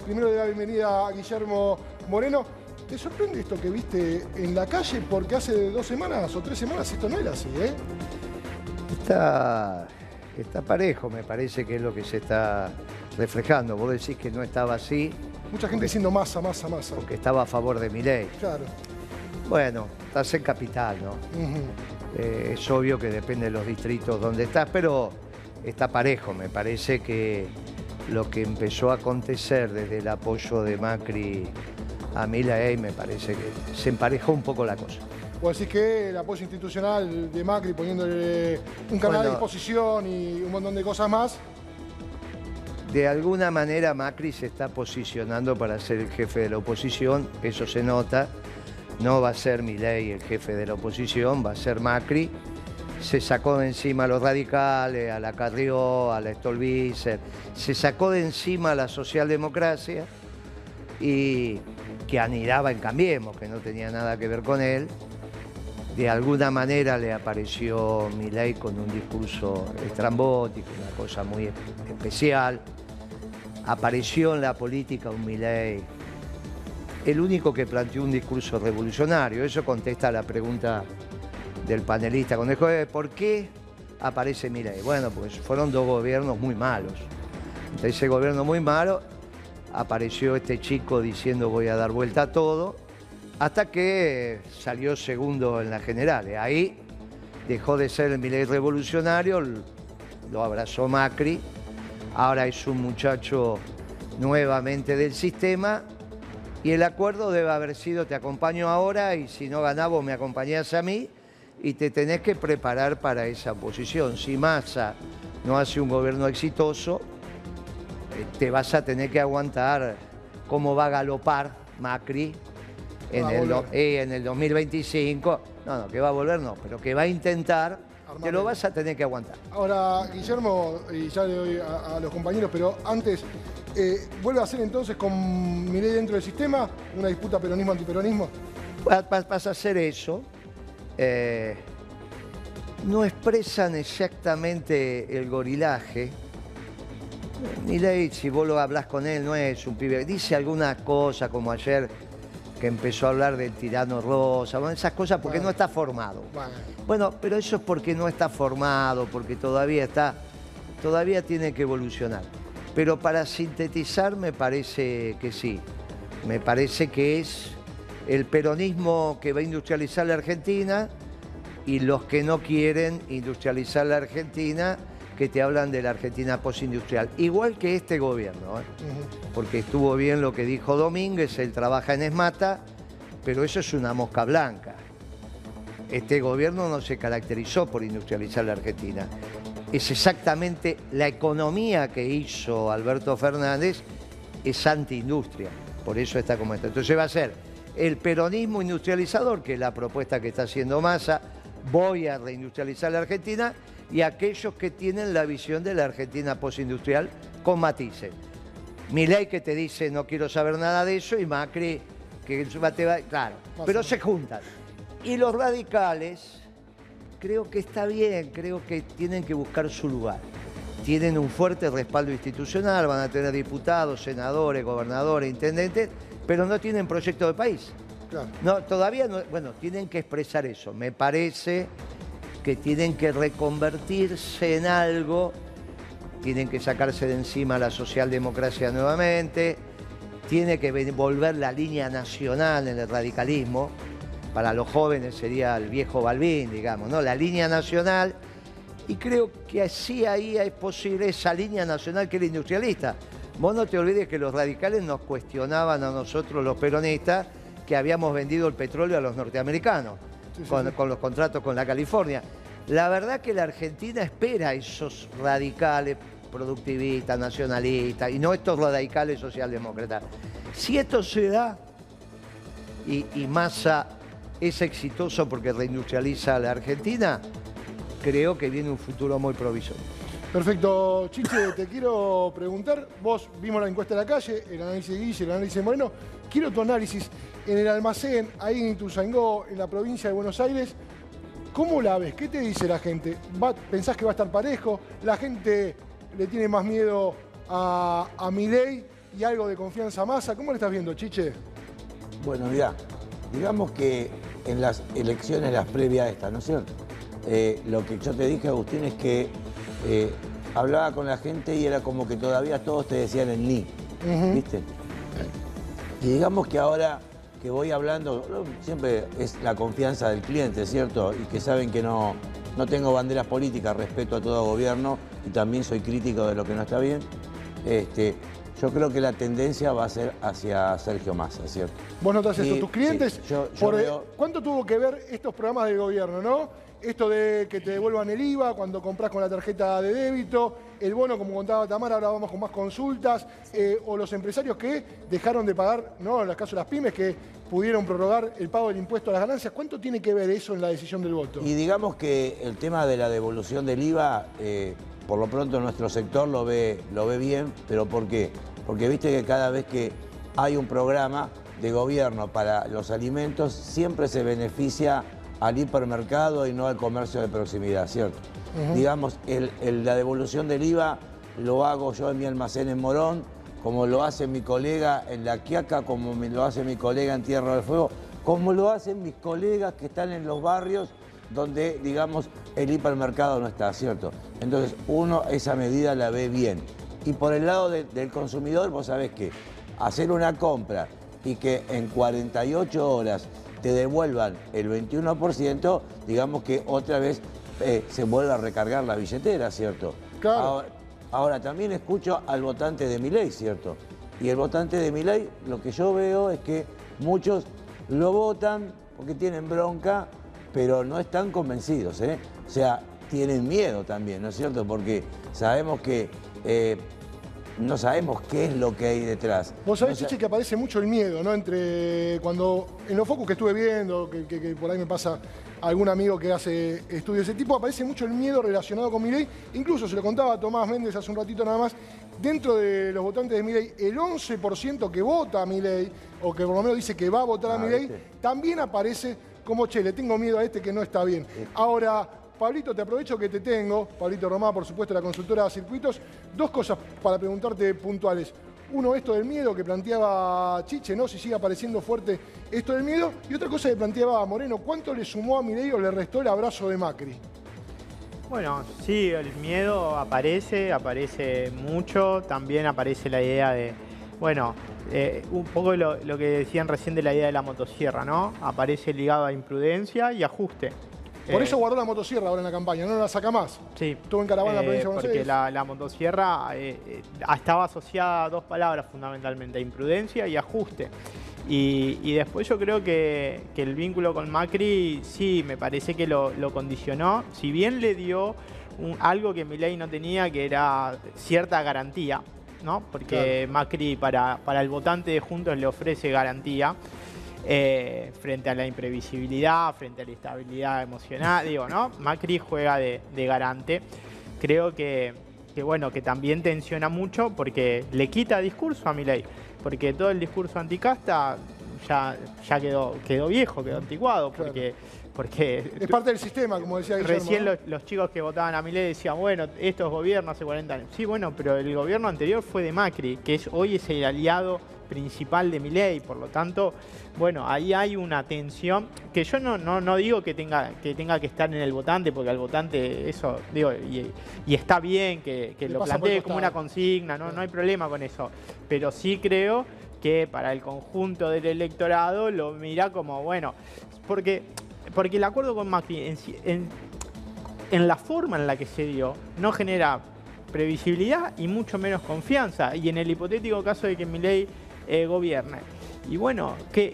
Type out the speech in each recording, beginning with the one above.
primero le da bienvenida a Guillermo Moreno. ¿Te sorprende esto que viste en la calle? Porque hace 2 semanas o 3 semanas esto no era así, ¿eh? Está parejo, me parece que es lo que se está reflejando. Vos decís que no estaba así. Mucha gente diciendo masa. Porque estaba a favor de Milei. Claro. Bueno, estás en capital, ¿no? Es obvio que depende de los distritos donde estás, pero está parejo. Me parece que lo que empezó a acontecer desde el apoyo de Macri a Milei, me parece que se emparejó un poco la cosa. Vos decís que el apoyo institucional de Macri poniéndole un canal a disposición y un montón de cosas más. De alguna manera Macri se está posicionando para ser el jefe de la oposición, eso se nota. No va a ser Milei el jefe de la oposición, va a ser Macri. Se sacó de encima a los radicales, a la Carrió, a la Stolbizer, se sacó de encima a la socialdemocracia y que anidaba en Cambiemos, que no tenía nada que ver con él. De alguna manera le apareció Milei con un discurso estrambótico, una cosa muy especial. Apareció en la política un Milei, el único que planteó un discurso revolucionario. Eso contesta a la pregunta del panelista cuando dijo, ¿por qué aparece Milei? Bueno, pues fueron 2 gobiernos muy malos. Entre ese gobierno muy malo apareció este chico diciendo voy a dar vuelta a todo, hasta que salió segundo en las generales. Ahí dejó de ser el Milei revolucionario, lo abrazó Macri, ahora es un muchacho nuevamente del sistema y el acuerdo debe haber sido te acompaño ahora y si no ganás vos me acompañás a mí y te tenés que preparar para esa posición. Si Massa no hace un gobierno exitoso, te vas a tener que aguantar cómo va a galopar Macri en el 2025. No, que va a volver no, pero que va a intentar, te lo vas a tener que aguantar. Ahora, Guillermo, y ya le doy a los compañeros, pero antes, ¿vuelve a ser entonces con Milei dentro del sistema una disputa peronismo-antiperonismo? Vas a hacer eso. No expresan exactamente el gorilaje. Milei, si vos lo hablás con él, no es un pibe. Dice algunas cosas, como ayer que empezó a hablar del tirano rosa, bueno, esas cosas porque no está formado. Bueno, pero eso es porque no está formado, porque todavía tiene que evolucionar. Pero para sintetizar me parece que sí. Me parece que es el peronismo que va a industrializar la Argentina y los que no quieren industrializar la Argentina, que te hablan de la Argentina postindustrial. Igual que este gobierno, porque estuvo bien lo que dijo Domínguez, él trabaja en Esmata, pero eso es una mosca blanca. Este gobierno no se caracterizó por industrializar la Argentina. Es exactamente la economía que hizo Alberto Fernández, es antiindustria, por eso está como está. Entonces va a ser el peronismo industrializador, que es la propuesta que está haciendo Massa, voy a reindustrializar la Argentina, y aquellos que tienen la visión de la Argentina postindustrial con matices. Milei que te dice no quiero saber nada de eso y Macri que te va, claro, pero se juntan. Y los radicales creo que está bien, creo que tienen que buscar su lugar. Tienen un fuerte respaldo institucional, van a tener diputados, senadores, gobernadores, intendentes, pero no tienen proyecto de país. Claro. No, todavía no, bueno, tienen que expresar eso. Me parece que tienen que reconvertirse en algo, tienen que sacarse de encima la socialdemocracia nuevamente, tiene que volver la línea nacional en el radicalismo, para los jóvenes sería el viejo Balbín, digamos, ¿no? La línea nacional, y creo que así ahí es posible esa línea nacional que es la industrialista. Vos no te olvides que los radicales nos cuestionaban a nosotros los peronistas que habíamos vendido el petróleo a los norteamericanos. Con los contratos con la California. La verdad que la Argentina espera a esos radicales productivistas, nacionalistas, y no estos radicales socialdemócratas. Si esto se da, y Massa es exitoso porque reindustrializa a la Argentina, creo que viene un futuro muy provisorio. Perfecto. Chiche, te quiero preguntar, vos vimos la encuesta de la calle, el análisis de Guille, el análisis de Moreno, quiero tu análisis en el almacén, ahí en Ituzaingó, en la provincia de Buenos Aires. ¿Cómo la ves? ¿Qué te dice la gente? ¿Pensás que va a estar parejo? ¿La gente le tiene más miedo a Milei y algo de confianza a Massa. ¿Cómo le estás viendo, Chiche? Bueno, mirá, digamos que en las elecciones, las previas a esta, ¿no es cierto? Lo que yo te dije, Agustín, es que hablaba con la gente y era como que todavía todos te decían el ni, ¿viste? Y digamos que ahora que voy hablando, siempre es la confianza del cliente, ¿cierto? Y que saben que no tengo banderas políticas, respeto a todo gobierno y también soy crítico de lo que no está bien. Yo creo que la tendencia va a ser hacia Sergio Massa, ¿cierto? Vos notás eso, Y, tus clientes, sí, yo veo... ¿cuánto tuvo que ver estos programas del gobierno, no? Esto de que te devuelvan el IVA cuando compras con la tarjeta de débito, el bono, como contaba Tamara, ahora vamos con más consultas, o los empresarios que dejaron de pagar, ¿no? En el caso de las pymes, que pudieron prorrogar el pago del impuesto a las ganancias. ¿Cuánto tiene que ver eso en la decisión del voto? Y digamos que el tema de la devolución del IVA, por lo pronto nuestro sector lo ve bien, pero ¿por qué? Porque viste que cada vez que hay un programa de gobierno para los alimentos, siempre se beneficia al hipermercado y no al comercio de proximidad, ¿cierto? Digamos, la devolución del IVA lo hago yo en mi almacén en Morón, como lo hace mi colega en La Quiaca, como lo hace mi colega en Tierra del Fuego, como lo hacen mis colegas que están en los barrios donde, digamos, el hipermercado no está, ¿cierto? Entonces, uno esa medida la ve bien. Y por el lado del consumidor, vos sabés que hacer una compra y que en 48 horas te devuelvan el 21%, digamos que otra vez se vuelve a recargar la billetera, ¿cierto? Claro. Ahora, también escucho al votante de Milei, ¿cierto? Y el votante de Milei, lo que yo veo es que muchos lo votan porque tienen bronca, pero no están convencidos, ¿eh? O sea, tienen miedo también, ¿no es cierto? Porque sabemos que no sabemos qué es lo que hay detrás. Vos sabés, Chiche, que aparece mucho el miedo, ¿no? Entre cuando en los focus que estuve viendo, que por ahí me pasa algún amigo que hace estudios de ese tipo, aparece mucho el miedo relacionado con Milei. Incluso se lo contaba a Tomás Méndez hace un ratito nada más, dentro de los votantes de Milei, el 11% que vota a Milei, o que por lo menos dice que va a votar a Milei, también aparece como, che, le tengo miedo a este que no está bien. Ahora, Pablito, te aprovecho que te tengo, Pablito Romá, por supuesto, la consultora de circuitos, dos cosas para preguntarte puntuales. Uno, esto del miedo que planteaba Chiche, ¿no? Si sigue apareciendo fuerte esto del miedo. Y otra cosa que planteaba Moreno, ¿cuánto le sumó a Milei o le restó el abrazo de Macri? Bueno, sí, el miedo aparece mucho. También aparece la idea de, bueno, un poco lo que decían recién de la idea de la motosierra, ¿no? Aparece ligado a imprudencia y ajuste. Por eso guardó la motosierra ahora en la campaña, no la saca más. Sí. Estuvo en Caravana en la provincia de Buenos Porque Aires. la motosierra estaba asociada a dos palabras fundamentalmente, imprudencia y ajuste. Y después yo creo que el vínculo con Macri sí, me parece que lo condicionó. Si bien le dio algo que Milei no tenía, que era cierta garantía, ¿no? Porque claro, Macri para el votante de Juntos le ofrece garantía. Frente a la imprevisibilidad, frente a la estabilidad emocional, digo, ¿no? Macri juega de garante. Creo que bueno, que también tensiona mucho porque le quita discurso a Milei, porque todo el discurso anticasta ya quedó viejo, quedó anticuado, porque es parte del sistema, como decía Guillermo. Recién los chicos que votaban a Milei decían, bueno, estos gobiernos hace 40 años. Sí, bueno, pero el gobierno anterior fue de Macri, que hoy es el aliado principal de Milei, por lo tanto, bueno, ahí hay una tensión que yo no digo que tenga que estar en el votante, porque al votante eso, digo, y está bien que lo plantee como una consigna, no hay problema con eso, pero sí creo que para el conjunto del electorado lo mira como, bueno, porque el acuerdo con Macri en la forma en la que se dio no genera previsibilidad y mucho menos confianza, y en el hipotético caso de que Milei gobierne. Y bueno,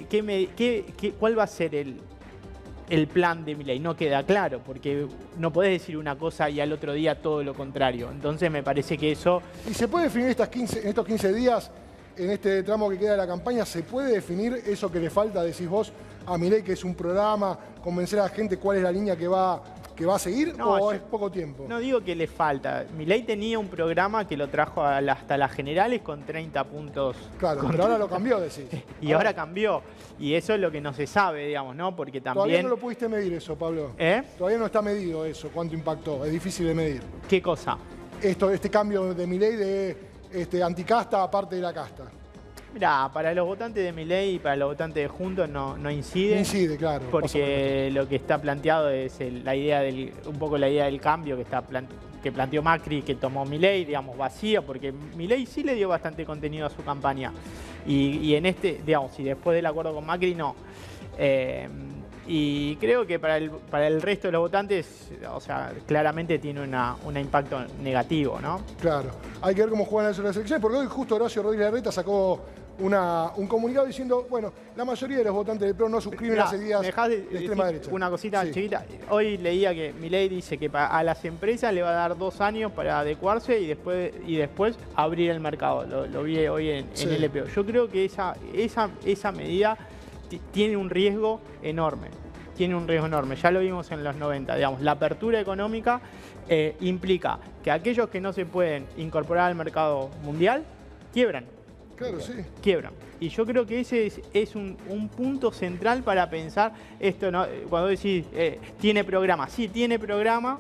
¿cuál va a ser el plan de Milei? No queda claro, porque no podés decir una cosa y al otro día todo lo contrario. Entonces me parece que eso... ¿Y se puede definir en estos 15 días, en este tramo que queda de la campaña, se puede definir eso que le falta, decís vos, a Milei, que es un programa, convencer a la gente cuál es la línea que va a seguir, o es poco tiempo? No digo que le falta. Milei tenía un programa que lo trajo hasta las generales con 30 puntos. Claro, pero ahora lo cambió, decís. Y ahora cambió. Y eso es lo que no se sabe, digamos, ¿no? Porque también... Todavía no lo pudiste medir eso, Pablo. Todavía no está medido eso, cuánto impactó. Es difícil de medir. ¿Qué cosa? Este cambio de Milei de anticasta aparte de la casta. Mirá, para los votantes de Milei y para los votantes de Juntos no incide. No incide, claro. Porque lo que está planteado es la idea un poco la idea del cambio que planteó Macri, que tomó Milei, digamos, vacía, porque Milei sí le dio bastante contenido a su campaña. Y en digamos, y después del acuerdo con Macri, no. Y creo que para el resto de los votantes, o sea, claramente tiene un impacto negativo, ¿no? Claro. Hay que ver cómo juegan eso las elecciones, porque hoy justo Horacio Rodríguez Larreta sacó un comunicado diciendo, bueno, la mayoría de los votantes del PRO no suscriben las ideas de extrema derecha. Una cosita Sí. chiquita. Hoy leía que Milei dice que a las empresas le va a dar 2 años para adecuarse y después abrir el mercado. Lo vi hoy en el EPO. Yo creo que esa medida tiene un riesgo enorme. Tiene un riesgo enorme. Ya lo vimos en los 90. Digamos, la apertura económica implica que aquellos que no se pueden incorporar al mercado mundial quiebran. Claro, sí. Quiebran. Y yo creo que ese es un punto central para pensar esto, ¿no? Cuando decís, tiene programa. Sí, tiene programa.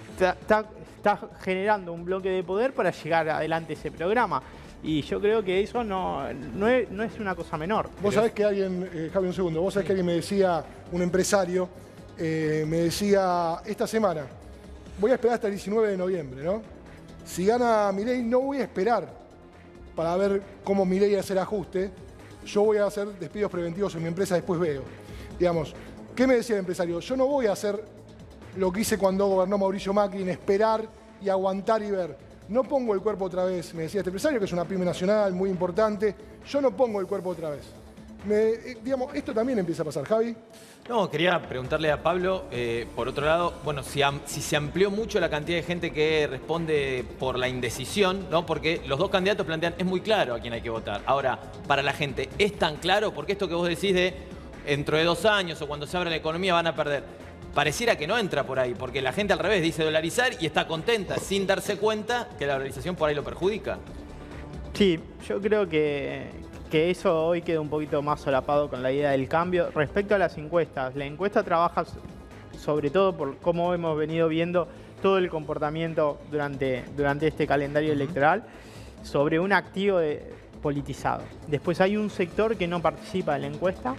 Está generando un bloque de poder para llegar adelante ese programa. Y yo creo que eso no es una cosa menor. Vos sabés que alguien, Javi, un segundo, vos sabés que alguien me decía, un empresario, me decía esta semana, voy a esperar hasta el 19 de noviembre, ¿no? Si gana Milei, no voy a esperar para ver cómo Milei hace el ajuste. Yo voy a hacer despidos preventivos en mi empresa, después veo. Digamos, ¿qué me decía el empresario? Yo no voy a hacer lo que hice cuando gobernó Mauricio Macri, en esperar y aguantar y ver. No pongo el cuerpo otra vez, me decía este empresario, que es una pyme nacional muy importante. Yo no pongo el cuerpo otra vez. Digamos, esto también empieza a pasar, Javi. No, quería preguntarle a Pablo, por otro lado, bueno, si se amplió mucho la cantidad de gente que responde por la indecisión, ¿no? Porque los dos candidatos plantean, es muy claro a quién hay que votar. Ahora, para la gente, ¿es tan claro? Porque esto que vos decís de dentro de 2 años o cuando se abra la economía van a perder, pareciera que no entra por ahí, porque la gente al revés dice dolarizar y está contenta, sin darse cuenta que la dolarización por ahí lo perjudica. Sí, yo creo que eso hoy queda un poquito más solapado con la idea del cambio. Respecto a las encuestas, la encuesta trabaja sobre todo por cómo hemos venido viendo todo el comportamiento durante este calendario electoral sobre un activo politizado. Después hay un sector que no participa de la encuesta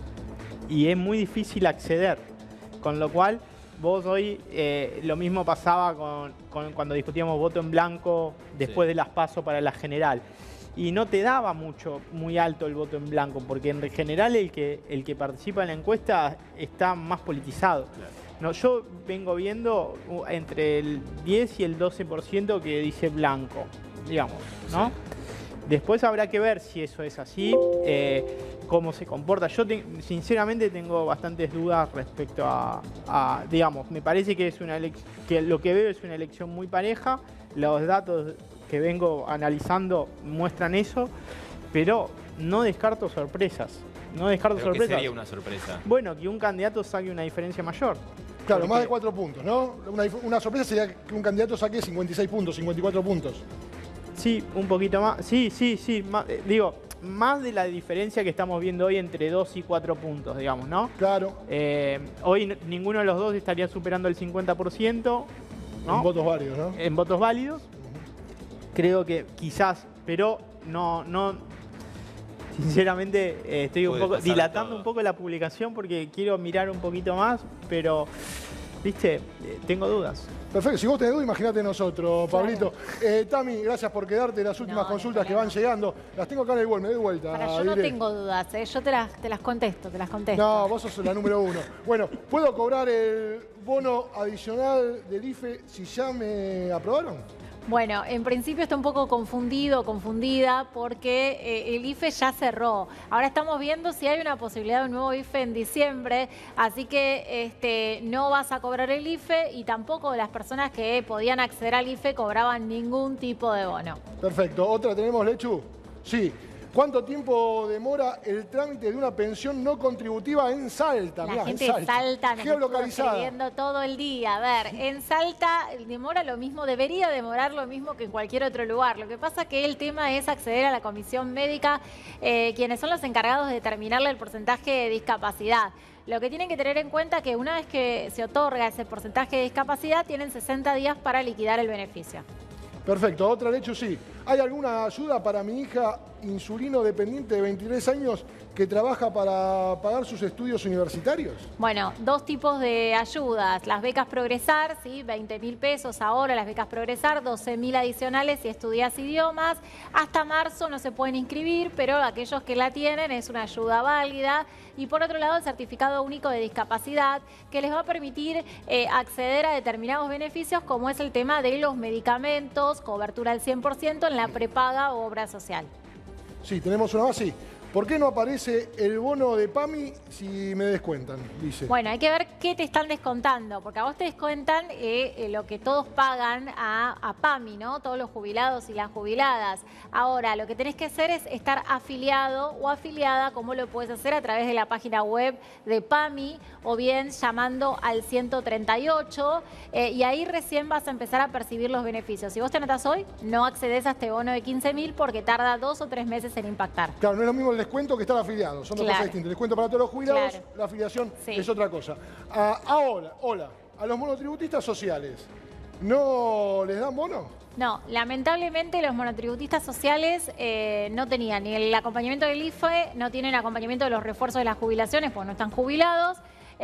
y es muy difícil acceder, con lo cual vos hoy, lo mismo pasaba cuando discutíamos voto en blanco después de las PASO para la general. Y no te daba muy alto el voto en blanco, porque en general el que participa en la encuesta está más politizado. Claro. No, yo vengo viendo entre el 10 y el 12% que dice blanco, digamos, ¿no? Sí. Después habrá que ver si eso es así, cómo se comporta. Yo sinceramente tengo bastantes dudas respecto a digamos, me parece que que lo que veo es una elección muy pareja. Los datos que vengo analizando muestran eso, pero no descarto sorpresas. No descarto sorpresas. ¿Qué sería una sorpresa? Bueno, que un candidato saque una diferencia mayor. Claro, más de 4 puntos, ¿no? Una sorpresa sería que un candidato saque 56 puntos, 54 puntos. Sí, un poquito más. Sí. Digo, más de la diferencia que estamos viendo hoy entre 2 y 4 puntos, digamos, ¿no? Claro. Hoy ninguno de los dos estaría superando el 50%, ¿no? En votos válidos, ¿no? En votos válidos. Creo que quizás, pero no sinceramente estoy un poco dilatando un poco la publicación porque quiero mirar un poquito más, pero, viste, tengo dudas. Perfecto, si vos tenés dudas, imagínate nosotros, Pablito. Tami, gracias por quedarte. Las últimas consultas que van llegando, las tengo acá en el web, me doy vuelta. Yo no tengo dudas, yo te las contesto. No, vos sos la número 1. Bueno, ¿puedo cobrar el bono adicional del IFE si ya me aprobaron? Bueno, en principio está un poco confundida, porque el IFE ya cerró. Ahora estamos viendo si hay una posibilidad de un nuevo IFE en diciembre, así que no vas a cobrar el IFE y tampoco las personas que podían acceder al IFE cobraban ningún tipo de bono. Perfecto. ¿Otra tenemos, Lechu? Sí. ¿Cuánto tiempo demora el trámite de una pensión no contributiva en Salta? La gente de Salta nos estuvo geolocalizada. escribiendo todo el día. A ver, en Salta demora lo mismo, debería demorar lo mismo que en cualquier otro lugar. Lo que pasa es que el tema es acceder a la comisión médica, quienes son los encargados de determinarle el porcentaje de discapacidad. Lo que tienen que tener en cuenta es que una vez que se otorga ese porcentaje de discapacidad, tienen 60 días para liquidar el beneficio. Perfecto, otra Lechu, sí. ¿Hay alguna ayuda para mi hija insulino dependiente de 23 años que trabaja para pagar sus estudios universitarios? Bueno, dos tipos de ayudas. Las becas Progresar, ¿sí? 20.000 pesos ahora las becas Progresar, 12.000 adicionales si estudias idiomas. Hasta marzo no se pueden inscribir, pero aquellos que la tienen es una ayuda válida. Y por otro lado, el certificado único de discapacidad, que les va a permitir acceder a determinados beneficios, como es el tema de los medicamentos, cobertura al 100% en la prepaga o obra social. Sí, tenemos una más, sí. ¿Por qué no aparece el bono de PAMI si me descuentan? Dice. Bueno, hay que ver qué te están descontando, porque a vos te descuentan lo que todos pagan a PAMI, ¿no? Todos los jubilados y las jubiladas. Ahora, lo que tenés que hacer es estar afiliado o afiliada, como lo puedes hacer a través de la página web de PAMI o bien llamando al 138 y ahí recién vas a empezar a percibir los beneficios. Si vos te anotás hoy, no accedes a este bono de 15.000 porque tarda 2 o 3 meses en impactar. Claro, no es lo mismo el descuento que estar afiliado, son dos cosas distintas. El descuento para todos los jubilados, Claro. la afiliación Sí. es otra cosa. Ahora, hola, a los monotributistas sociales, ¿no les dan bono? No, lamentablemente los monotributistas sociales no tenían ni el acompañamiento del IFE, no tienen acompañamiento de los refuerzos de las jubilaciones porque no están jubilados.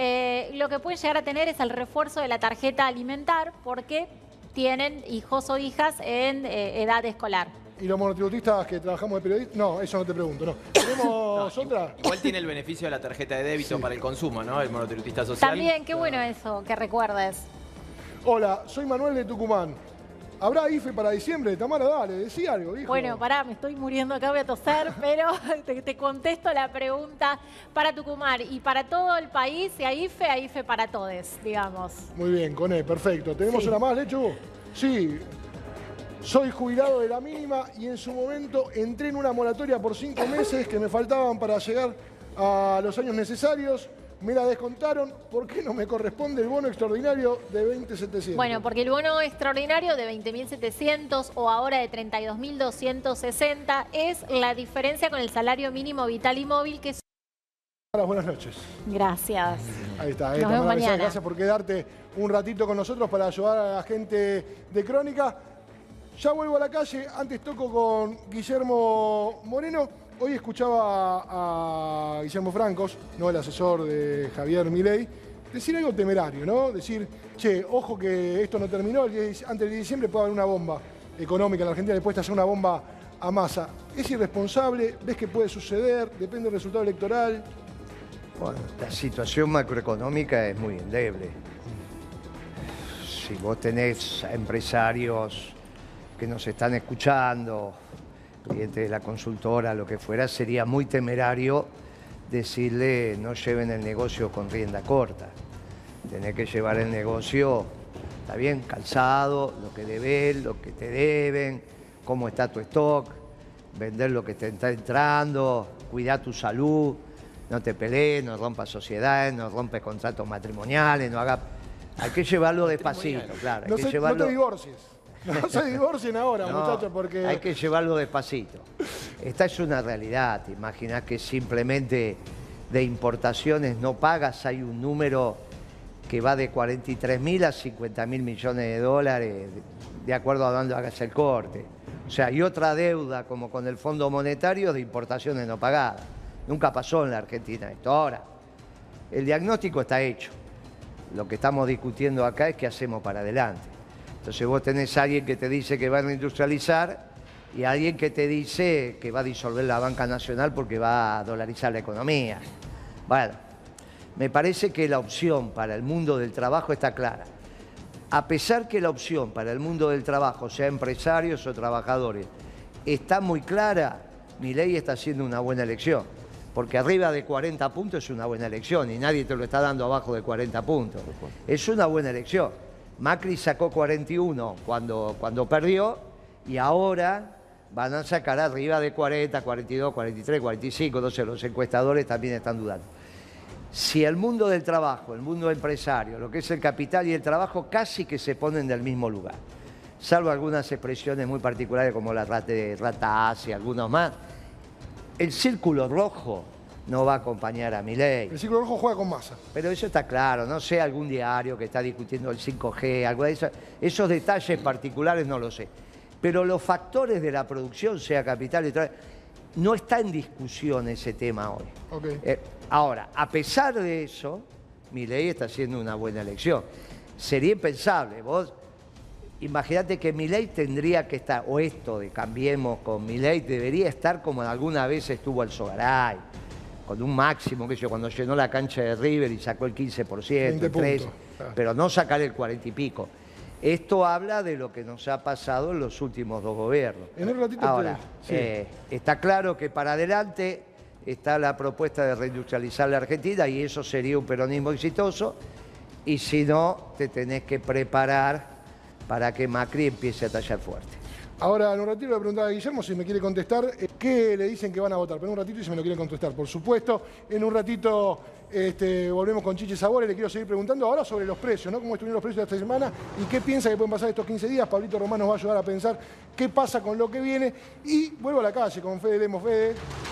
Lo que pueden llegar a tener es el refuerzo de la tarjeta alimentar porque tienen hijos o hijas en edad escolar. ¿Y los monotributistas que trabajamos de periodistas? No, eso no te pregunto, no. ¿Tenemos otra? Igual tiene el beneficio de la tarjeta de débito para el consumo, ¿no? El monotributista social. También, qué bueno eso, que recuerdes. Hola, soy Manuel de Tucumán. ¿Habrá IFE para diciembre? Tamara, dale, decí algo, hijo. Bueno, pará, me estoy muriendo acá, voy a toser, pero te contesto la pregunta para Tucumán y para todo el país. Si hay IFE para todos, digamos. Muy bien, Coné, perfecto. ¿Tenemos Sí. una más, Lechu? Sí. Soy jubilado de la mínima y en su momento entré en una moratoria por 5 meses que me faltaban para llegar a los años necesarios. Me la descontaron. ¿Por qué no me corresponde el bono extraordinario de 20.700? Bueno, porque el bono extraordinario de 20.700 o ahora de 32.260 es la diferencia con el salario mínimo vital y móvil que es... Buenas noches. Gracias. Ahí está, Nos vemos mañana. Gracias por quedarte un ratito con nosotros para ayudar a la gente de Crónica. Ya vuelvo a la calle, antes toco con Guillermo Moreno. Hoy escuchaba a Guillermo Francos, no el asesor de Javier Milei, decir algo temerario, ¿no? Decir, che, ojo que esto no terminó, antes del 10 de diciembre puede haber una bomba económica en la Argentina, le puede estallar una bomba a Massa. ¿Es irresponsable? ¿Ves que puede suceder? ¿Depende del resultado electoral? Bueno, la situación macroeconómica es muy endeble. Si vos tenés empresarios que nos están escuchando, clientes de la consultora, lo que fuera, sería muy temerario decirle no lleven el negocio con rienda corta. Tenés que llevar el negocio, está bien, calzado, lo que debes, lo que te deben, cómo está tu stock, vender lo que te está entrando, cuidar tu salud, no te pelees, no rompas sociedades, no rompes contratos matrimoniales, no hagas... Hay que llevarlo despacito, claro. Hay No, que llevarlo... no te divorcies. No se divorcien ahora, No, muchachos, porque... hay que llevarlo despacito. Esta es una realidad. Te imaginas que simplemente de importaciones no pagas, hay un número que va de 43.000 a 50.000 millones de dólares, de acuerdo a dónde hagas el corte. O sea, hay otra deuda, como con el Fondo Monetario, de importaciones no pagadas. Nunca pasó en la Argentina esto. Ahora, el diagnóstico está hecho. Lo que estamos discutiendo acá es qué hacemos para adelante. Entonces vos tenés a alguien que te dice que va a reindustrializar y a alguien que te dice que va a disolver la banca nacional porque va a dolarizar la economía. Bueno, me parece que la opción para el mundo del trabajo está clara. A pesar que la opción para el mundo del trabajo, sea empresarios o trabajadores, está muy clara, Milei está haciendo una buena elección. Porque arriba de 40 puntos es una buena elección y nadie te lo está dando abajo de 40 puntos. Es una buena elección. Macri sacó 41 cuando perdió y ahora van a sacar arriba de 40, 42, 43, 45, no sé, los encuestadores también están dudando. Si el mundo del trabajo, el mundo empresario, lo que es el capital y el trabajo casi que se ponen del mismo lugar, salvo algunas expresiones muy particulares como la rata y algunos más, el círculo rojo no va a acompañar a Milei. El círculo rojo juega con Massa. Pero eso está claro, no sé, algún diario que está discutiendo el 5G, algo de eso, esos detalles particulares no lo sé. Pero los factores de la producción, sea capital y tal, no está en discusión ese tema hoy. Okay. Ahora, a pesar de eso, Milei está haciendo una buena elección. Sería impensable, vos imagínate que Milei tendría que estar, o esto de Cambiemos con Milei, debería estar como alguna vez estuvo el Sogaray, con un máximo, que yo, cuando llenó la cancha de River y sacó el 15%, el 13%, claro, pero no sacar el 40 y pico. Esto habla de lo que nos ha pasado en los últimos 2 gobiernos. En un ratito ahora, está claro que para adelante está la propuesta de reindustrializar la Argentina y eso sería un peronismo exitoso, y si no, te tenés que preparar para que Macri empiece a tallar fuerte. Ahora, en un ratito le voy a preguntar a Guillermo si me quiere contestar qué le dicen que van a votar, pero en un ratito y si me lo quieren contestar, por supuesto. En un ratito volvemos con Chiche Sabores, le quiero seguir preguntando ahora sobre los precios, ¿no? Cómo estuvieron los precios de esta semana y qué piensa que pueden pasar estos 15 días. Pablito Román nos va a ayudar a pensar qué pasa con lo que viene. Y vuelvo a la calle con Fede Lemos. Fede.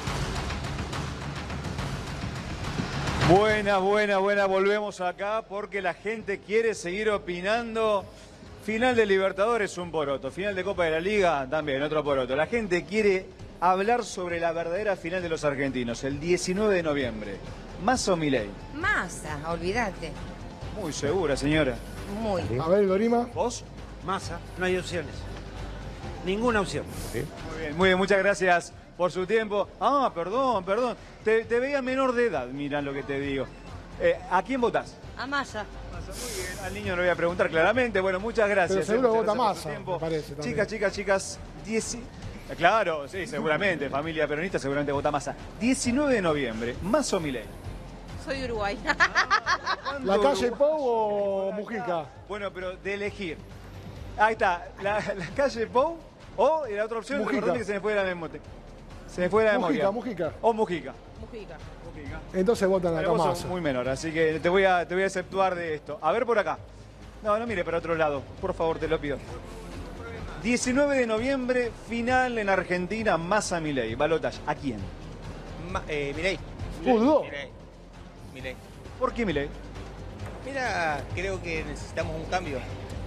Buena, volvemos acá porque la gente quiere seguir opinando. Final de Libertadores, un poroto. Final de Copa de la Liga, también otro poroto. La gente quiere hablar sobre la verdadera final de los argentinos, el 19 de noviembre. ¿Massa o Milei? Massa, olvídate. Muy segura, señora. Muy. A ver, Dorima. ¿Vos? Massa, no hay opciones. Ninguna opción. ¿Sí? Muy bien, muchas gracias por su tiempo. Ah, perdón. Te veía menor de edad, mirá lo que te digo. ¿A quién votás? A Massa. Muy bien, al niño lo voy a preguntar claramente. Bueno, muchas gracias. Pero seguro muchas vota gracias Massa, me parece. También. Chicas, claro, sí, seguramente. Familia peronista seguramente vota Massa. 19 de noviembre, ¿Massa o Milei? Soy de Uruguay. ¿La calle Pou o Mujica? Bueno, pero de elegir. Ahí está, la calle Pou o la otra opción, Mujica. recordame que se me fue la memoria. Se me fue la memoria. Mujica. O Mujica. Mujica. Entonces votan acá Vos sos Massa. muy menor, así que te voy a exceptuar de esto. A ver por acá. No mire para otro lado, por favor, te lo pido. 19 de noviembre, final en Argentina, Massa Milei. Balotage, ¿a quién? Milei. ¿Dudó? Milei. ¿Por qué Milei? Mira, creo que necesitamos un cambio.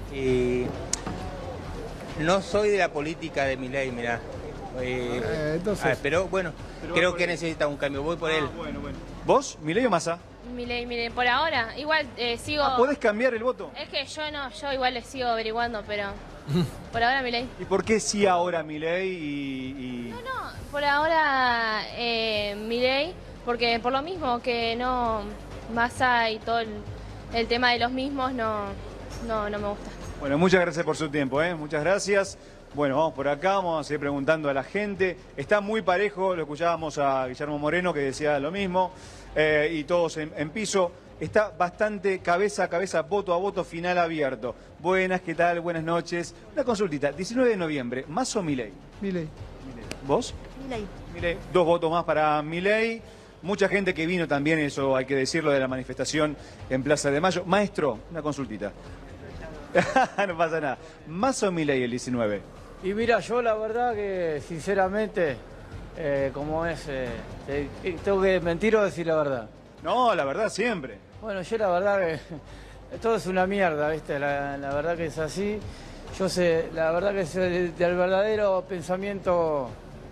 No soy de la política de Milei, mirá. Entonces... pero bueno, creo que necesita un cambio. Voy por él. Bueno. ¿Vos, Milei o Massa? Milei, por ahora. Igual sigo... ¿Podés cambiar el voto? Es que yo igual le sigo averiguando, pero por ahora Milei. ¿Y por qué sí ahora Milei y...? No, por ahora Milei, porque por lo mismo que no... Massa y todo el tema de los mismos no me gusta. Bueno, muchas gracias por su tiempo, muchas gracias. Bueno, vamos por acá, vamos a seguir preguntando a la gente. Está muy parejo, lo escuchábamos a Guillermo Moreno que decía lo mismo, y todos en piso. Está bastante cabeza a cabeza, voto a voto, final abierto. Buenas, ¿qué tal? Buenas noches. Una consultita, 19 de noviembre, ¿Massa o Milei? Milei. ¿Vos? Milei. 2 votos más para Milei. Mucha gente que vino también, eso hay que decirlo, de la manifestación en Plaza de Mayo. Maestro, una consultita. No pasa nada. ¿Massa o Milei el 19? Y mira, yo la verdad que sinceramente, como es, tengo que mentir o decir la verdad. No, la verdad siempre. Bueno, yo la verdad que todo es una mierda, ¿viste? La verdad que es así. Yo sé, la verdad que es del verdadero pensamiento.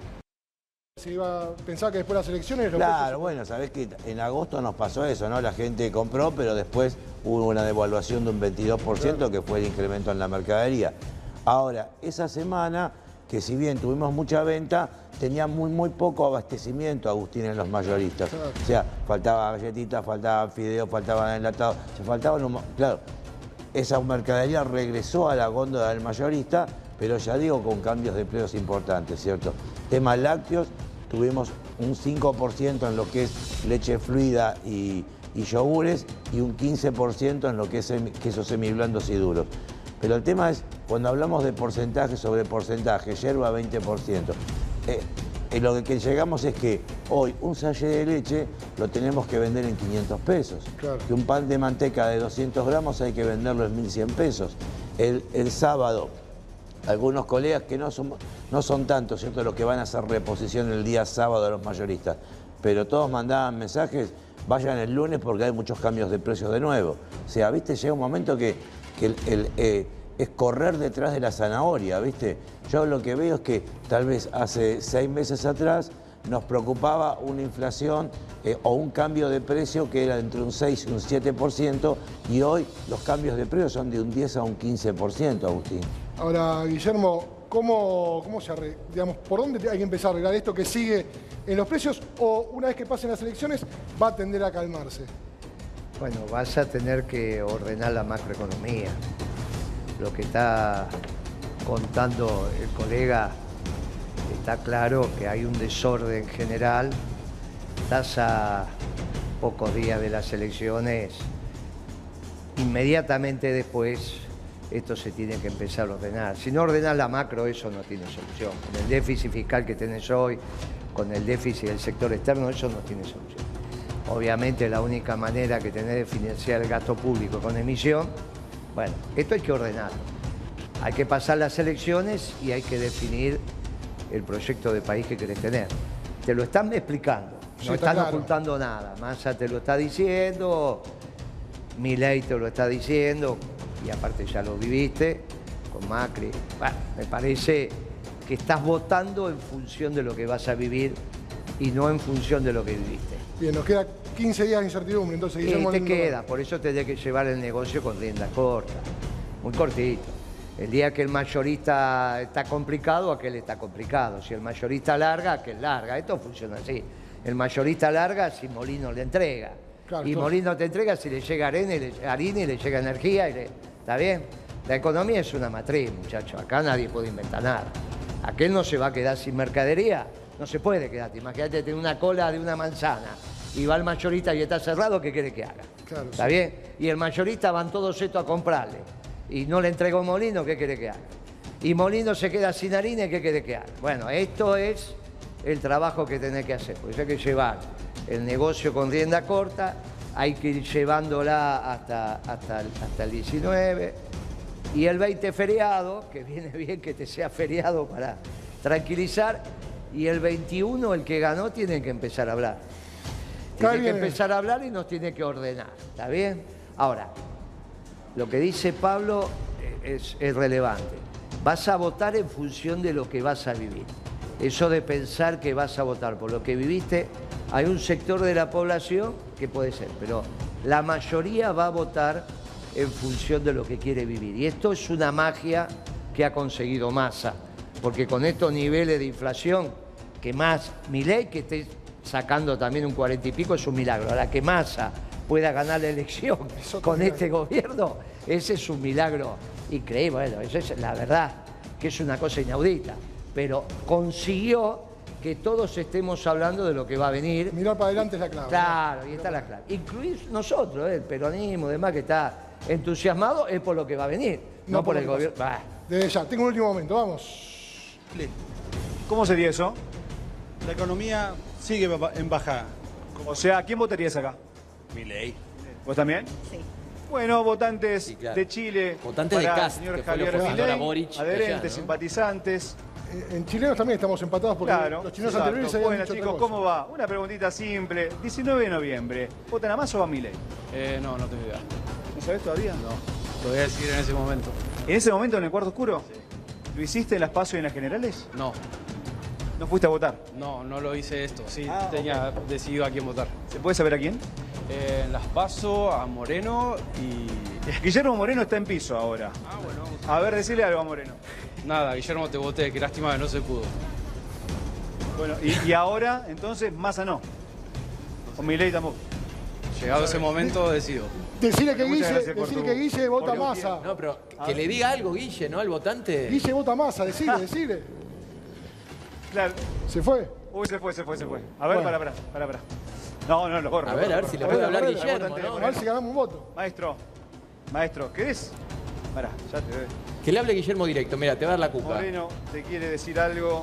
Se iba a pensar que después de las elecciones... Claro, bueno, sabés que en agosto nos pasó eso, ¿no? La gente compró, pero después hubo una devaluación de un 22%, que fue el incremento en la mercadería. Ahora, esa semana, que si bien tuvimos mucha venta, tenía muy poco abastecimiento, Agustín, en los mayoristas. Claro. O sea, faltaba galletitas, faltaban fideos, faltaban enlatados, claro, esa mercadería regresó a la góndola del mayorista, pero ya digo, con cambios de precios importantes, ¿cierto? Temas lácteos, tuvimos un 5% en lo que es leche fluida y yogures y un 15% en lo que es quesos semiblandos y duros. Pero el tema es, cuando hablamos de porcentaje sobre porcentaje, yerba 20%, lo que llegamos es que hoy un sachet de leche lo tenemos que vender en 500 pesos. Claro. Que un pan de manteca de 200 gramos hay que venderlo en 1.100 pesos. El sábado, algunos colegas que no son tantos, ¿cierto?, los que van a hacer reposición el día sábado a los mayoristas, pero todos mandaban mensajes, vayan el lunes porque hay muchos cambios de precios de nuevo. O sea, viste, llega un momento que es correr detrás de la zanahoria, ¿viste? Yo lo que veo es que tal vez hace 6 meses atrás nos preocupaba una inflación o un cambio de precio que era entre un 6 y un 7%, y hoy los cambios de precio son de un 10 a un 15%, Agustín. Ahora, Guillermo, ¿cómo se arregla? Digamos, ¿por dónde hay que empezar a arreglar esto que sigue en los precios, o una vez que pasen las elecciones va a tender a calmarse? Bueno, vas a tener que ordenar la macroeconomía. Lo que está contando el colega, está claro que hay un desorden general. Estás a pocos días de las elecciones. Inmediatamente después esto se tiene que empezar a ordenar. Si no ordenas la macro, eso no tiene solución. Con el déficit fiscal que tenés hoy, con el déficit del sector externo, eso no tiene solución. Obviamente la única manera que tenés de financiar el gasto público con emisión, bueno, esto hay que ordenarlo. Hay que pasar las elecciones y hay que definir el proyecto de país que querés tener. Te lo están explicando, no están ocultando nada. Massa te lo está diciendo, Milei te lo está diciendo, y aparte ya lo viviste con Macri. Bueno, me parece que estás votando en función de lo que vas a vivir y no en función de lo que viviste. Bien, nos queda 15 días de incertidumbre, entonces Guillermo... te queda, por eso tenés que llevar el negocio con rienda corta, muy cortito. El día que el mayorista está complicado, aquel está complicado. Si el mayorista larga, aquel larga. Esto funciona así. El mayorista larga si Molino le entrega. Claro, y entonces... Molino te entrega si le llega harina y le llega energía. ¿Está bien? La economía es una matriz, muchachos. Acá nadie puede inventar nada. Aquel no se va a quedar sin mercadería. No se puede quedar. Imagínate tener una cola de una manzana y va el mayorista y está cerrado, ¿qué quiere que haga? Claro, ¿está bien? Y el mayorista van todos estos a comprarle y no le entregó Molino, ¿qué quiere que haga? Y Molino se queda sin harina, ¿qué quiere que haga? Bueno, esto es el trabajo que tenés que hacer. Pues hay que llevar el negocio con rienda corta, hay que ir llevándola hasta el 19 y el 20 feriado, que viene bien que te sea feriado para tranquilizar, y el 21 el que ganó tiene que empezar a hablar. Tiene que empezar a hablar y nos tiene que ordenar, ¿está bien? Ahora, lo que dice Pablo es relevante. Vas a votar en función de lo que vas a vivir. Eso de pensar que vas a votar por lo que viviste, hay un sector de la población que puede ser, pero la mayoría va a votar en función de lo que quiere vivir. Y esto es una magia que ha conseguido Massa, porque con estos niveles de inflación, que más Milei, que esté sacando también un 40 y pico, es un milagro. Ahora que Massa pueda ganar la elección con este gobierno, ese es un milagro increíble. Bueno, eso es la verdad, que es una cosa inaudita. Pero consiguió que todos estemos hablando de lo que va a venir. Mirar para adelante es la clave. Claro, ¿no? Y está la clave. Incluir nosotros, el peronismo, demás, que está entusiasmado, es por lo que va a venir, no por el gobierno. Desde ya, tengo un último momento, vamos. ¿Cómo sería eso? La economía sigue en bajada. O sea, ¿quién votarías acá? Milei. ¿Vos también? Sí. Bueno, votantes de Chile, votantes de Cast, señor que fue Javier el opositor a Milei, Boric, adherentes, allá, ¿no? simpatizantes. En chilenos también estamos empatados porque Claro, los chilenos exacto. anteriores habían Bueno, dicho chicos, otra cosa. ¿cómo va? Una preguntita simple. 19 de noviembre, ¿votan a Massa o a Milei? No tengo idea. ¿No sabés todavía? No, lo voy a decir en ese momento. ¿En ese momento en el cuarto oscuro? Sí. ¿Lo hiciste en las PASO y en las generales? No. ¿No fuiste a votar? No lo hice esto. Sí, tenía decidido a quién votar. ¿Se puede saber a quién? En las PASO, a Moreno y... Guillermo Moreno está en piso ahora. Ah, bueno. A ver, decirle algo a Moreno. Nada, Guillermo, te voté. Qué lástima que no se pudo. Bueno, y ahora, entonces, Massa no. O Milei tampoco. Llegado ese momento, decido. Decirle que Guille vota Massa. No, pero que le diga algo, Guille, ¿no? Al votante. Guille vota Massa, decirle. Claro. ¿Se fue? Uy, se fue. A ver, Bueno. para. No, lo corro. A ver si le puede hablar Guillermo, A ver si ganamos un voto. Maestro, ¿querés? Pará, ya te veo. Que le hable Guillermo directo, mira, te va a dar la cuca. Moreno, ¿te quiere decir algo?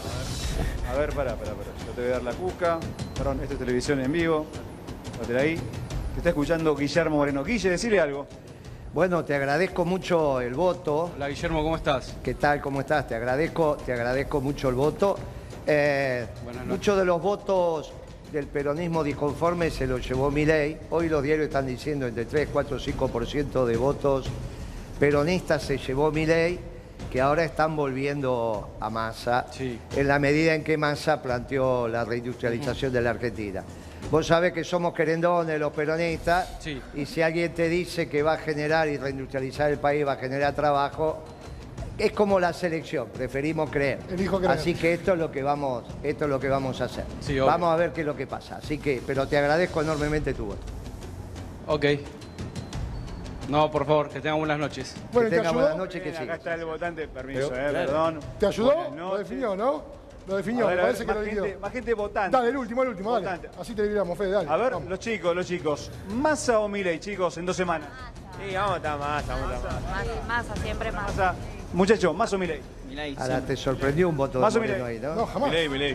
A ver, pará. Yo te voy a dar la cuca. Perdón, esto es televisión en vivo. Dátela ahí. Te está escuchando Guillermo Moreno. Guille, decirle algo. Bueno, te agradezco mucho el voto. Hola, Guillermo, ¿cómo estás? ¿Qué tal? ¿Cómo estás? Te agradezco mucho el voto. Muchos de los votos del peronismo disconforme se los llevó Milei. Hoy los diarios están diciendo entre 3, 4, 5% de votos peronista se llevó Milei, que ahora están volviendo a Massa, en la medida en que Massa planteó la reindustrialización de la Argentina. Vos sabés que somos querendones los peronistas, y si alguien te dice que va a generar y reindustrializar el país, va a generar trabajo, es como la selección, preferimos creer. Así que esto es lo que vamos a hacer. Sí, vamos a ver qué es lo que pasa. Así que, pero te agradezco enormemente tu voto. Ok. No, por favor, que tengan buenas noches. Bueno, que tengan buenas noches, que Acá sigan. está el votante, permiso, Pero, claro. perdón. ¿Te ayudó? Buenas Lo noches. definió, ¿no? Lo definió, A ver, me a ver, parece que lo definió. más gente votante. Dale, el último, dale. Votante. Así te libramos, Fede, dale. A ver, vamos. los chicos. ¿Massa o Milei, chicos, en 2 semanas? Sí, vamos a estar Massa. Massa, siempre Massa. Muchachos, ¿Massa o Milei? Ahora te sorprendió un voto Más de o Moreno Milei. ahí, ¿no? No, jamás. Milei.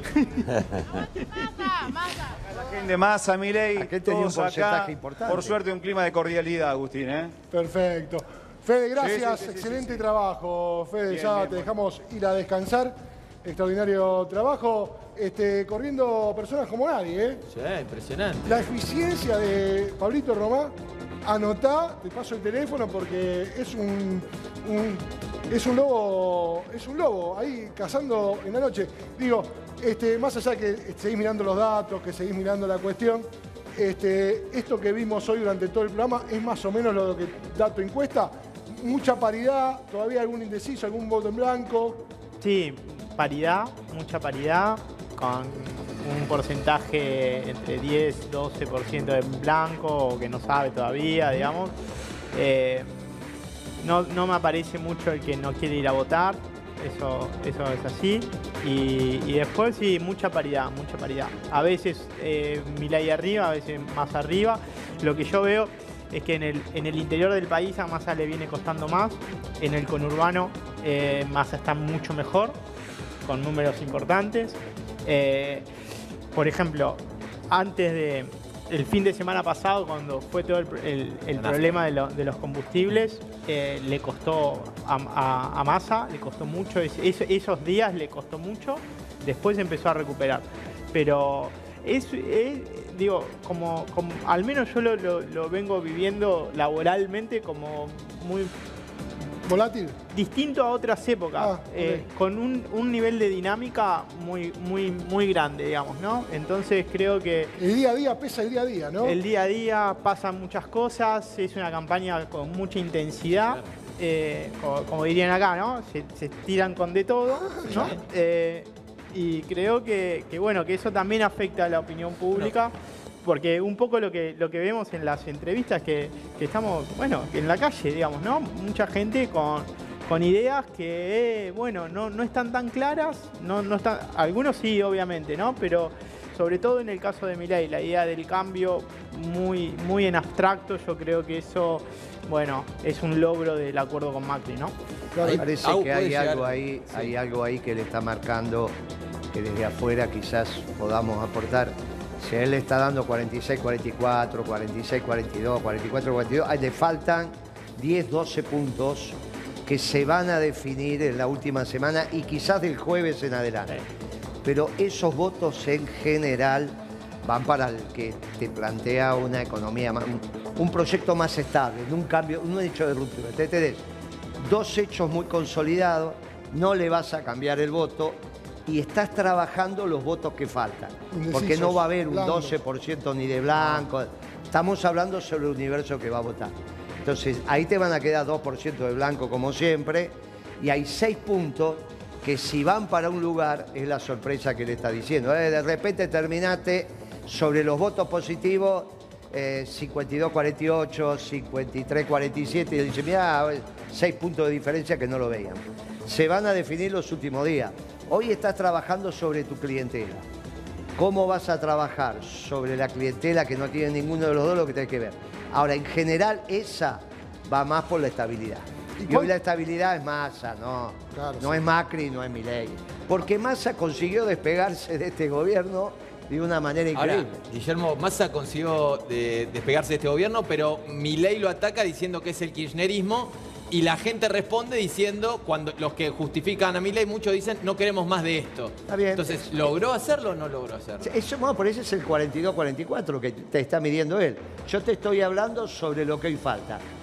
La gente Massa, Milei, Aquel tenía un todos porcentaje acá. importante. Por suerte, un clima de cordialidad, Agustín, ¿eh? Perfecto. Fede, gracias. Sí. Excelente trabajo, Fede. Bien, ya bien, te dejamos ir a descansar. Extraordinario trabajo. Corriendo personas como nadie, ¿eh? Sí, impresionante. La eficiencia de Pablito Romá, anotá, te paso el teléfono porque es un lobo ahí cazando en la noche. Digo, más allá que seguís mirando los datos, que seguís mirando la cuestión, esto que vimos hoy durante todo el programa es más o menos lo que dato encuesta. Mucha paridad, todavía algún indeciso, algún voto en blanco. Sí, paridad, mucha paridad, con un porcentaje entre 10-12% en blanco, o que no sabe todavía, digamos. No me aparece mucho el que no quiere ir a votar, eso es así. Y después sí, mucha paridad. A veces Milei arriba, a veces más arriba. Lo que yo veo es que en el interior del país a Massa le viene costando más, en el conurbano Massa está mucho mejor, con números importantes. Por ejemplo, antes del fin de semana pasado, cuando fue todo el problema de los combustibles, le costó a Massa, le costó mucho, esos días le costó mucho, después empezó a recuperar. Pero digo, como al menos yo lo vengo viviendo laboralmente como muy volátil, distinto a otras épocas, okay. Con un nivel de dinámica muy grande, digamos, ¿no? Entonces creo que el día a día pesa el día a día, ¿no? El día a día pasan muchas cosas, es una campaña con mucha intensidad, como dirían acá, ¿no? Se tiran con de todo, ¿no? Y creo que bueno, que eso también afecta a la opinión pública. Porque un poco lo que vemos en las entrevistas que estamos, bueno, en la calle, digamos, ¿no? Mucha gente con ideas que, bueno, no están tan claras, no están, algunos sí, obviamente, ¿no? Pero sobre todo en el caso de Milei, la idea del cambio muy en abstracto, yo creo que eso, bueno, es un logro del acuerdo con Macri, ¿no? Me parece que hay algo ahí que le está marcando, que desde afuera quizás podamos aportar. Si a él le está dando 46-44, 46-42, 44-42, le faltan 10-12 puntos que se van a definir en la última semana y quizás del jueves en adelante. Pero esos votos en general van para el que te plantea una economía, un proyecto más estable, un cambio, un hecho de ruptura. Te tenés 2 hechos muy consolidados, no le vas a cambiar el voto, y estás trabajando los votos que faltan. Porque no va a haber un 12% ni de blanco. Estamos hablando sobre el universo que va a votar. Entonces, ahí te van a quedar 2% de blanco como siempre, y hay 6 puntos que si van para un lugar es la sorpresa que le está diciendo. De repente terminaste sobre los votos positivos 52-48, 53-47, y dice, mira, 6 puntos de diferencia que no lo veían. Se van a definir los últimos días. Hoy estás trabajando sobre tu clientela. ¿Cómo vas a trabajar sobre la clientela que no tiene ninguno de los dos lo que tenés que ver? Ahora, en general, esa va más por la estabilidad. Y hoy la estabilidad es Massa, no es Macri, no es Milei. Porque Massa consiguió despegarse de este gobierno de una manera increíble. Ahora, Guillermo, Massa consiguió despegarse de este gobierno, pero Milei lo ataca diciendo que es el kirchnerismo. Y la gente responde diciendo, cuando los que justifican a Milei, muchos dicen, no queremos más de esto. Está bien. Entonces, ¿logró hacerlo o no logró hacerlo? Por eso es el 42-44 que te está midiendo él. Yo te estoy hablando sobre lo que hoy falta.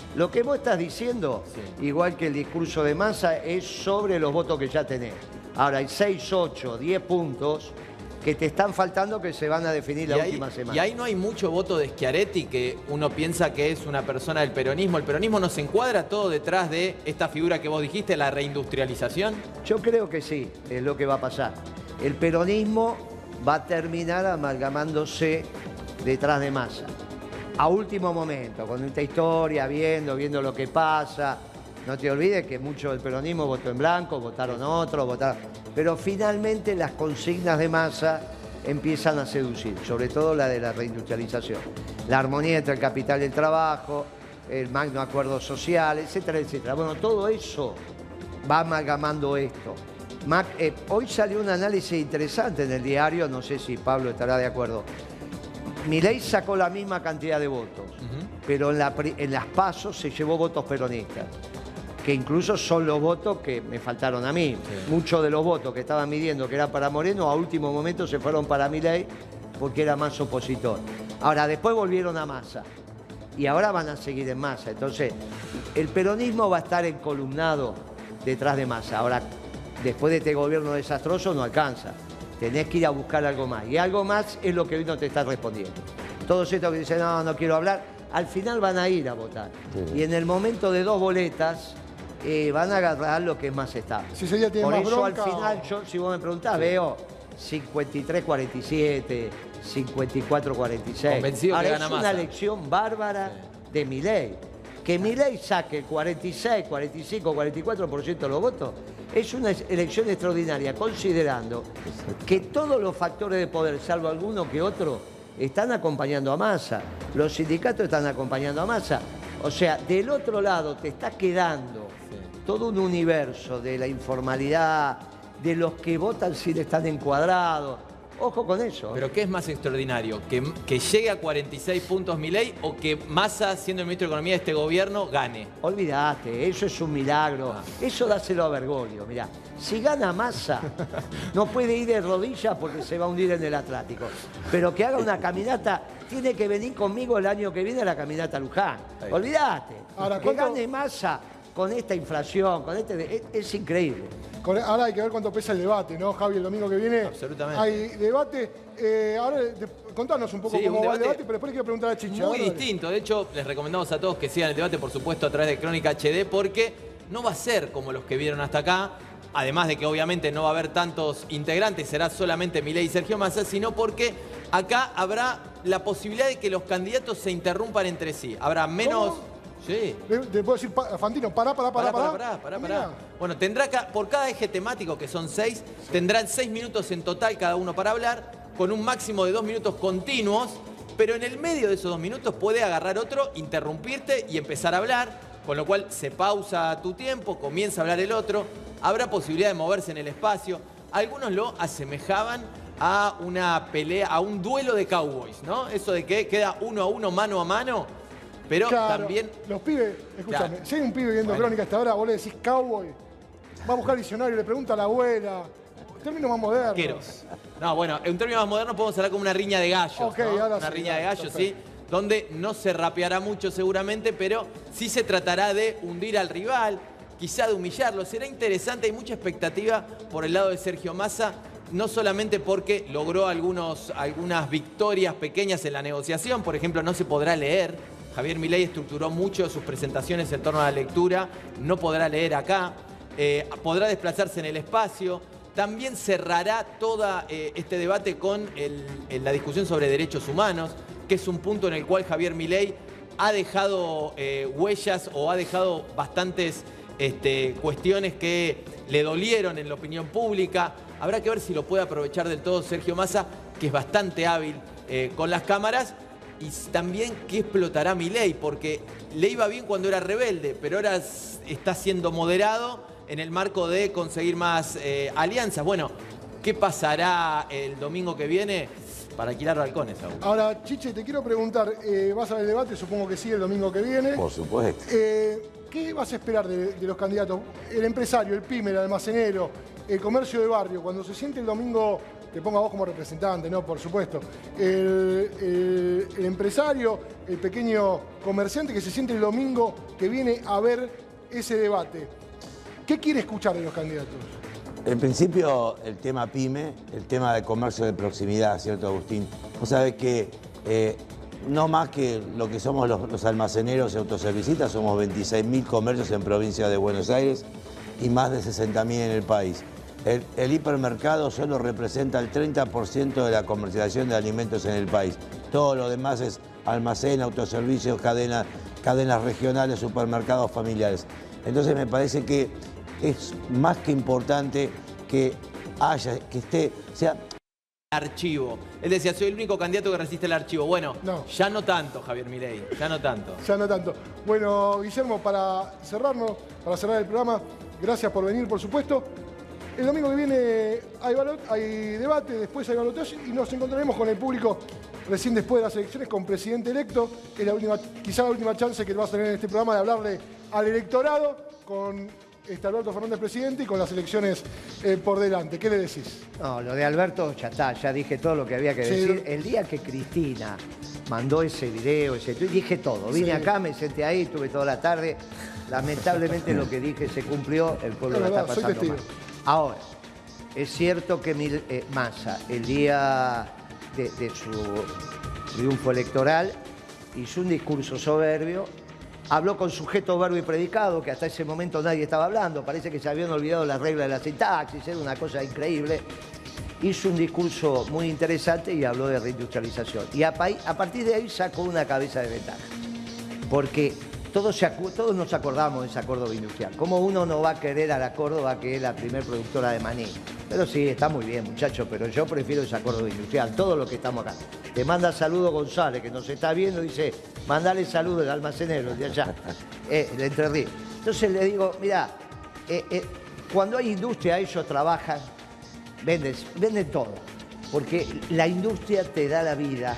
Lo que vos estás diciendo, igual que el discurso de Massa, es sobre los votos que ya tenés. Ahora hay 6, 8, 10 puntos que te están faltando que se van a definir la última semana. Y ahí no hay mucho voto de Schiaretti, que uno piensa que es una persona del peronismo. ¿El peronismo no se encuadra todo detrás de esta figura que vos dijiste, la reindustrialización? Yo creo que sí, es lo que va a pasar. El peronismo va a terminar amalgamándose detrás de Massa. A último momento, con esta historia, viendo lo que pasa. No te olvides que mucho del peronismo votó en blanco, votaron otros, pero finalmente las consignas de Massa empiezan a seducir, sobre todo la de la reindustrialización. La armonía entre el capital y el trabajo, el magno acuerdo social, etcétera, etcétera. Bueno, todo eso va amalgamando esto. Hoy salió un análisis interesante en el diario, no sé si Pablo estará de acuerdo. Milei sacó la misma cantidad de votos, pero en las PASO se llevó votos peronistas, que incluso son los votos que me faltaron a mí. Sí. Muchos de los votos que estaban midiendo que era para Moreno, a último momento se fueron para Milei porque era más opositor. Ahora, después volvieron a Massa y ahora van a seguir en Massa. Entonces, el peronismo va a estar encolumnado detrás de Massa. Ahora, después de este gobierno desastroso no alcanza. Tenés que ir a buscar algo más. Y algo más es lo que hoy no te está respondiendo. Todos estos que dicen, no quiero hablar, al final van a ir a votar. Sí. Y en el momento de 2 boletas, van a agarrar lo que es más estable. Si ese día tiene por más eso bronca, al final, yo, si vos me preguntás, veo 53-47, 54-46. Convencido Ahora, que gana es una elección bárbara de Milei. Que Milei saque el 46, 45, 44% de los votos es una elección extraordinaria, considerando que todos los factores de poder, salvo alguno que otro, están acompañando a Massa. Los sindicatos están acompañando a Massa. O sea, del otro lado te está quedando todo un universo de la informalidad, de los que votan sin estar encuadrados. Ojo con eso. ¿Pero qué es más extraordinario? ¿Que llegue a 46 puntos Milei o que Massa, siendo el ministro de Economía de este gobierno, gane? Olvídate, eso es un milagro. Eso dáselo a Bergoglio. Mirá, si gana Massa, no puede ir de rodillas porque se va a hundir en el Atlántico. Pero que haga una caminata, tiene que venir conmigo el año que viene a la caminata a Luján. Olvídate. Ahora, que gane Massa con esta inflación, es increíble. Ahora hay que ver cuánto pesa el debate, ¿no, Javi? El domingo que viene. Absolutamente. Hay debate. Ahora contanos un poco cómo va el debate, pero después le quiero preguntar a Chicha. Muy distinto. De hecho, les recomendamos a todos que sigan el debate, por supuesto, a través de Crónica HD, porque no va a ser como los que vieron hasta acá. Además de que obviamente no va a haber tantos integrantes, será solamente Milei y Sergio Massa, sino porque acá habrá la posibilidad de que los candidatos se interrumpan entre sí. Habrá menos... ¿Cómo? Sí. ¿Te puedo decir, Fantino, pará? Bueno, tendrá por cada eje temático, que son 6, tendrán 6 minutos en total cada uno para hablar, con un máximo de 2 minutos continuos, pero en el medio de esos 2 minutos puede agarrar otro, interrumpirte y empezar a hablar, con lo cual se pausa tu tiempo, comienza a hablar el otro, habrá posibilidad de moverse en el espacio. Algunos lo asemejaban a una pelea, a un duelo de cowboys, ¿no? Eso de que queda 1 a 1, mano a mano. Pero claro, también... Los pibes, escúchame, si hay un pibe viendo Crónica hasta ahora, vos le decís cowboy, va a buscar diccionario, le pregunta a la abuela, término más moderno. Arqueros. No, bueno, en un término más moderno podemos hablar como una riña de gallos, okay, ¿no? Ahora una sí, riña de gallos, sí, donde no se rapeará mucho seguramente, pero sí se tratará de hundir al rival, quizá de humillarlo. Será interesante, hay mucha expectativa por el lado de Sergio Massa, no solamente porque logró algunas victorias pequeñas en la negociación, por ejemplo, no se podrá leer. Javier Milei estructuró mucho sus presentaciones en torno a la lectura, no podrá leer acá, podrá desplazarse en el espacio. También cerrará todo este debate con la discusión sobre derechos humanos, que es un punto en el cual Javier Milei ha dejado huellas o ha dejado bastantes cuestiones que le dolieron en la opinión pública. Habrá que ver si lo puede aprovechar del todo Sergio Massa, que es bastante hábil con las cámaras. Y también qué explotará Milei, porque le iba bien cuando era rebelde, pero ahora está siendo moderado en el marco de conseguir más alianzas. Bueno, ¿qué pasará el domingo que viene? Para alquilar balcones aún. Ahora, Chiche, te quiero preguntar, ¿vas a ver el debate? Supongo que sí, el domingo que viene. Por supuesto. ¿Qué vas a esperar de los candidatos? El empresario, el pyme, el almacenero, el comercio de barrio, cuando se siente el domingo te pongo a vos como representante, ¿no? Por supuesto. El empresario, el pequeño comerciante que se siente el domingo que viene a ver ese debate. ¿Qué quiere escuchar de los candidatos? En principio, el tema PYME, el tema de comercio de proximidad, ¿cierto, Agustín? Vos sabés que no más que lo que somos los almaceneros y autoservicistas, somos 26.000 comercios en provincia de Buenos Aires y más de 60.000 en el país. El hipermercado solo representa el 30% de la comercialización de alimentos en el país. Todo lo demás es almacén, autoservicios, cadenas regionales, supermercados familiares. Entonces me parece que es más que importante que sea... Archivo. Él decía, soy el único candidato que resiste el archivo. Bueno, ya no tanto, Javier Milei, ya no tanto. Ya no tanto. Bueno, Guillermo, para cerrar el programa, gracias por venir, por supuesto. El domingo que viene hay debate, después hay balotaje y nos encontraremos con el público recién después de las elecciones con presidente electo. Es quizá la última chance que vas a tener en este programa de hablarle al electorado con Alberto Fernández presidente y con las elecciones por delante. ¿Qué le decís? No, lo de Alberto ya está, ya dije todo lo que había que decir. El día que Cristina mandó ese video, ese tweet, dije todo. Vine acá, me senté ahí, estuve toda la tarde. Lamentablemente lo que dije se cumplió, el pueblo la está pasando mal. Ahora, es cierto que Massa, el día de su triunfo electoral, hizo un discurso soberbio, habló con sujeto, verbo y predicado, que hasta ese momento nadie estaba hablando, parece que se habían olvidado las reglas de la sintaxis, era una cosa increíble. Hizo un discurso muy interesante y habló de reindustrialización. Y a partir de ahí sacó una cabeza de ventaja, porque todos nos acordamos de ese Córdoba industrial. ¿Cómo uno no va a querer a la Córdoba, que es la primer productora de maní? Pero sí, está muy bien, muchachos, pero yo prefiero esa Córdoba industrial, todos los que estamos acá. Te manda saludo González, que nos está viendo, dice, mandale saludos al almacenero de allá, de Entre Ríos. Entonces le digo, mira, cuando hay industria, ellos trabajan, venden todo, porque la industria te da la vida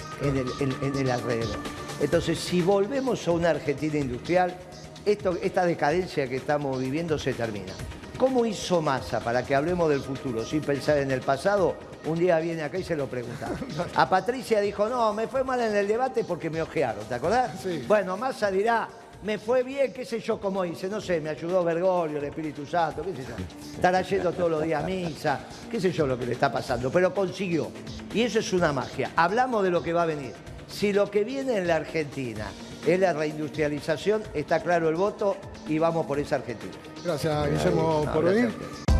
en el alrededor. Entonces, si volvemos a una Argentina industrial, esta decadencia que estamos viviendo se termina. ¿Cómo hizo Massa para que hablemos del futuro sin pensar en el pasado? Un día viene acá y se lo pregunta. A Patricia dijo, no, me fue mal en el debate porque me ojearon, ¿te acordás? Sí. Bueno, Massa dirá, me fue bien, qué sé yo cómo hice, no sé, me ayudó Bergoglio, el Espíritu Santo, qué sé yo. Estará yendo todos los días a misa, qué sé yo lo que le está pasando, pero consiguió. Y eso es una magia. Hablamos de lo que va a venir. Si lo que viene en la Argentina es la reindustrialización, está claro el voto y vamos por esa Argentina. Gracias, Guillermo, por venir.